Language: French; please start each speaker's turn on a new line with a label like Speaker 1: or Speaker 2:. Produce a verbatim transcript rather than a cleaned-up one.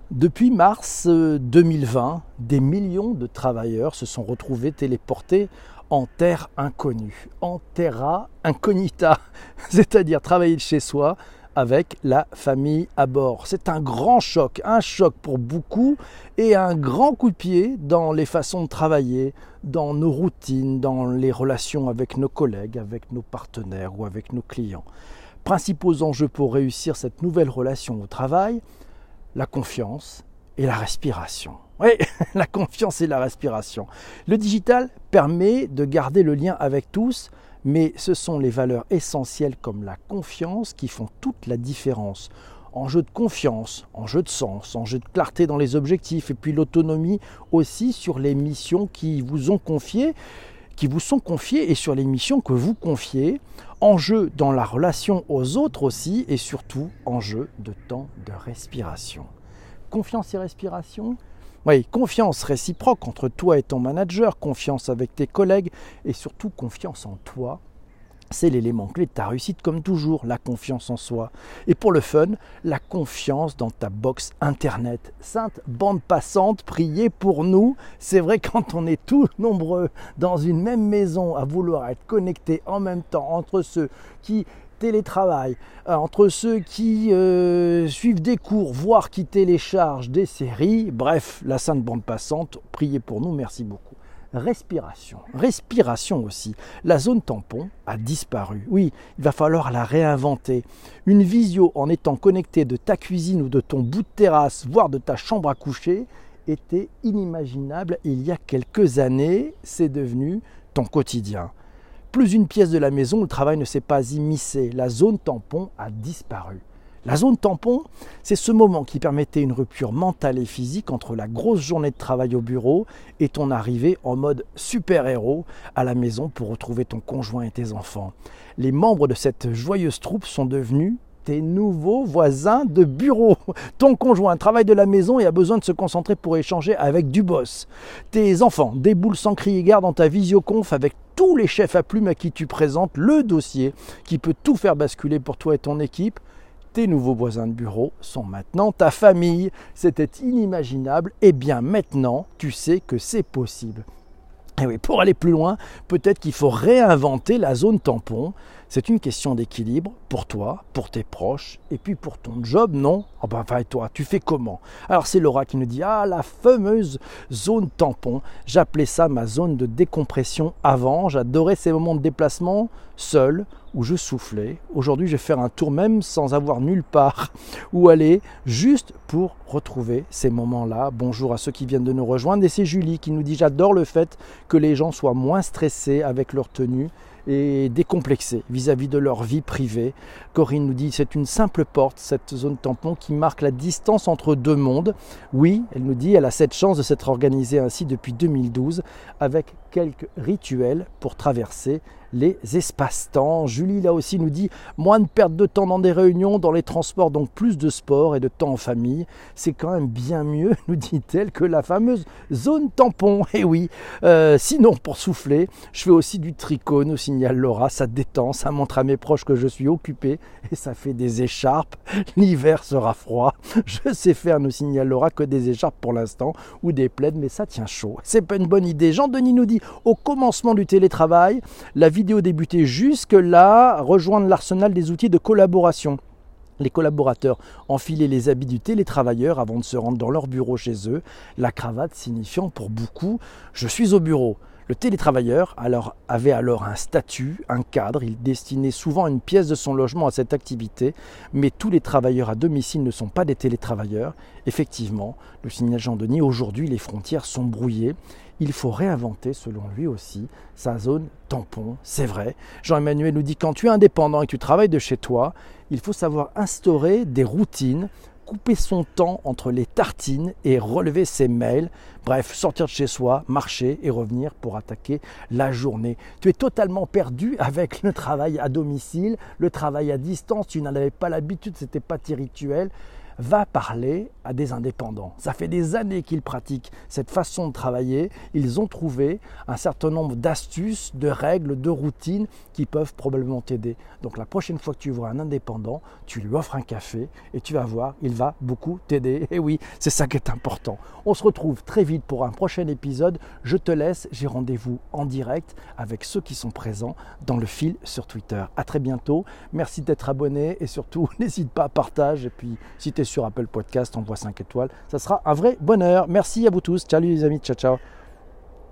Speaker 1: Depuis mars deux mille vingt, des millions de travailleurs se sont retrouvés téléportés en terre inconnue, en terra incognita, c'est-à-dire travailler de chez soi avec la famille à bord. C'est un grand choc, un choc pour beaucoup et un grand coup de pied dans les façons de travailler, dans nos routines, dans les relations avec nos collègues, avec nos partenaires ou avec nos clients. Principaux enjeux pour réussir cette nouvelle relation au travail, la confiance et la respiration. Oui, la confiance et la respiration. Le digital permet de garder le lien avec tous, mais ce sont les valeurs essentielles comme la confiance qui font toute la différence. Enjeu de confiance, enjeu de sens, enjeu de clarté dans les objectifs et puis l'autonomie aussi sur les missions qui vous ont confiées, qui vous sont confiées et sur les missions que vous confiez. Enjeu dans la relation aux autres aussi et surtout enjeu de temps de respiration. Confiance et respiration. Oui, confiance réciproque entre toi et ton manager, confiance avec tes collègues et surtout confiance en toi. C'est l'élément clé de ta réussite comme toujours, la confiance en soi. Et pour le fun, la confiance dans ta box internet. Sainte bande passante, priez pour nous. C'est vrai quand on est tous nombreux dans une même maison à vouloir être connectés en même temps entre ceux qui télétravail, entre ceux qui euh, suivent des cours, voire qui téléchargent des séries, bref, la sainte bande passante, priez pour nous, merci beaucoup. Respiration, respiration aussi. La zone tampon a disparu. Oui, il va falloir la réinventer. Une visio en étant connecté de ta cuisine ou de ton bout de terrasse, voire de ta chambre à coucher, était inimaginable il y a quelques années. C'est devenu ton quotidien. Plus une pièce de la maison, le travail ne s'est pas immiscé. La zone tampon a disparu. La zone tampon, c'est ce moment qui permettait une rupture mentale et physique entre la grosse journée de travail au bureau et ton arrivée en mode super-héros à la maison pour retrouver ton conjoint et tes enfants. Les membres de cette joyeuse troupe sont devenus tes nouveaux voisins de bureau. Ton conjoint travaille de la maison et a besoin de se concentrer pour échanger avec du boss. Tes enfants déboulent sans crier gare dans ta visioconf avec tous les chefs à plumes à qui tu présentes le dossier qui peut tout faire basculer pour toi et ton équipe. Tes nouveaux voisins de bureau sont maintenant ta famille. C'était inimaginable. Et bien maintenant, tu sais que c'est possible. Et oui, pour aller plus loin, peut-être qu'il faut réinventer la zone tampon. C'est une question d'équilibre pour toi, pour tes proches et puis pour ton job, non? Oh ben, enfin, et toi, tu fais comment? Alors c'est Laura qui nous dit « Ah, la fameuse zone tampon, j'appelais ça ma zone de décompression avant, j'adorais ces moments de déplacement seul où je soufflais. Aujourd'hui, je vais faire un tour même sans avoir nulle part où aller, juste pour retrouver ces moments-là. » Bonjour à ceux qui viennent de nous rejoindre. Et c'est Julie qui nous dit « J'adore le fait que les gens soient moins stressés avec leur tenue et décomplexés vis-à-vis de leur vie privée. » Corinne nous dit « C'est une simple porte, cette zone tampon qui marque la distance entre deux mondes. » Oui, elle nous dit « Elle a cette chance de s'être organisée ainsi depuis deux mille douze avec quelques rituels pour traverser les espaces-temps. » Julie là aussi nous dit « Moins de perte de temps dans des réunions, dans les transports, donc plus de sport et de temps en famille. C'est quand même bien mieux, nous dit-elle, que la fameuse zone tampon. » Et oui, euh, sinon pour souffler, je fais aussi du tricot, nous signale Laura. Ça détend, ça montre à mes proches que je suis occupé et ça fait des écharpes. L'hiver sera froid. Je sais faire, nous signale Laura, que des écharpes pour l'instant ou des plaids, mais ça tient chaud. C'est pas une bonne idée. Jean-Denis nous dit « Au commencement du télétravail, la vidéo débutait jusque-là, rejoindre l'arsenal des outils de collaboration. Les collaborateurs enfilaient les habits du télétravailleur avant de se rendre dans leur bureau chez eux, la cravate signifiant pour beaucoup « je suis au bureau ». Le télétravailleur alors, avait alors un statut, un cadre, il destinait souvent une pièce de son logement à cette activité, mais tous les travailleurs à domicile ne sont pas des télétravailleurs. Effectivement, le signale Jean-Denis, aujourd'hui les frontières sont brouillées. Il faut réinventer, selon lui aussi, sa zone tampon. C'est vrai. Jean-Emmanuel nous dit « Quand tu es indépendant et que tu travailles de chez toi, il faut savoir instaurer des routines, couper son temps entre les tartines et relever ses mails. Bref, sortir de chez soi, marcher et revenir pour attaquer la journée. Tu es totalement perdu avec le travail à domicile, le travail à distance. Tu n'en avais pas l'habitude, ce n'était pas tes rituels. va parler à des indépendants. Ça fait des années qu'ils pratiquent cette façon de travailler. Ils ont trouvé un certain nombre d'astuces, de règles, de routines qui peuvent probablement t'aider. Donc la prochaine fois que tu vois un indépendant, tu lui offres un café et tu vas voir, il va beaucoup t'aider. Et oui, c'est ça qui est important. On se retrouve très vite pour un prochain épisode. Je te laisse, j'ai rendez-vous en direct avec ceux qui sont présents dans le fil sur Twitter. À très bientôt. Merci d'être abonné et surtout, n'hésite pas à partager. Et puis, si tu es sur Apple Podcast, envoie cinq étoiles. Ça sera un vrai bonheur. Merci à vous tous. Ciao les amis. Ciao, ciao.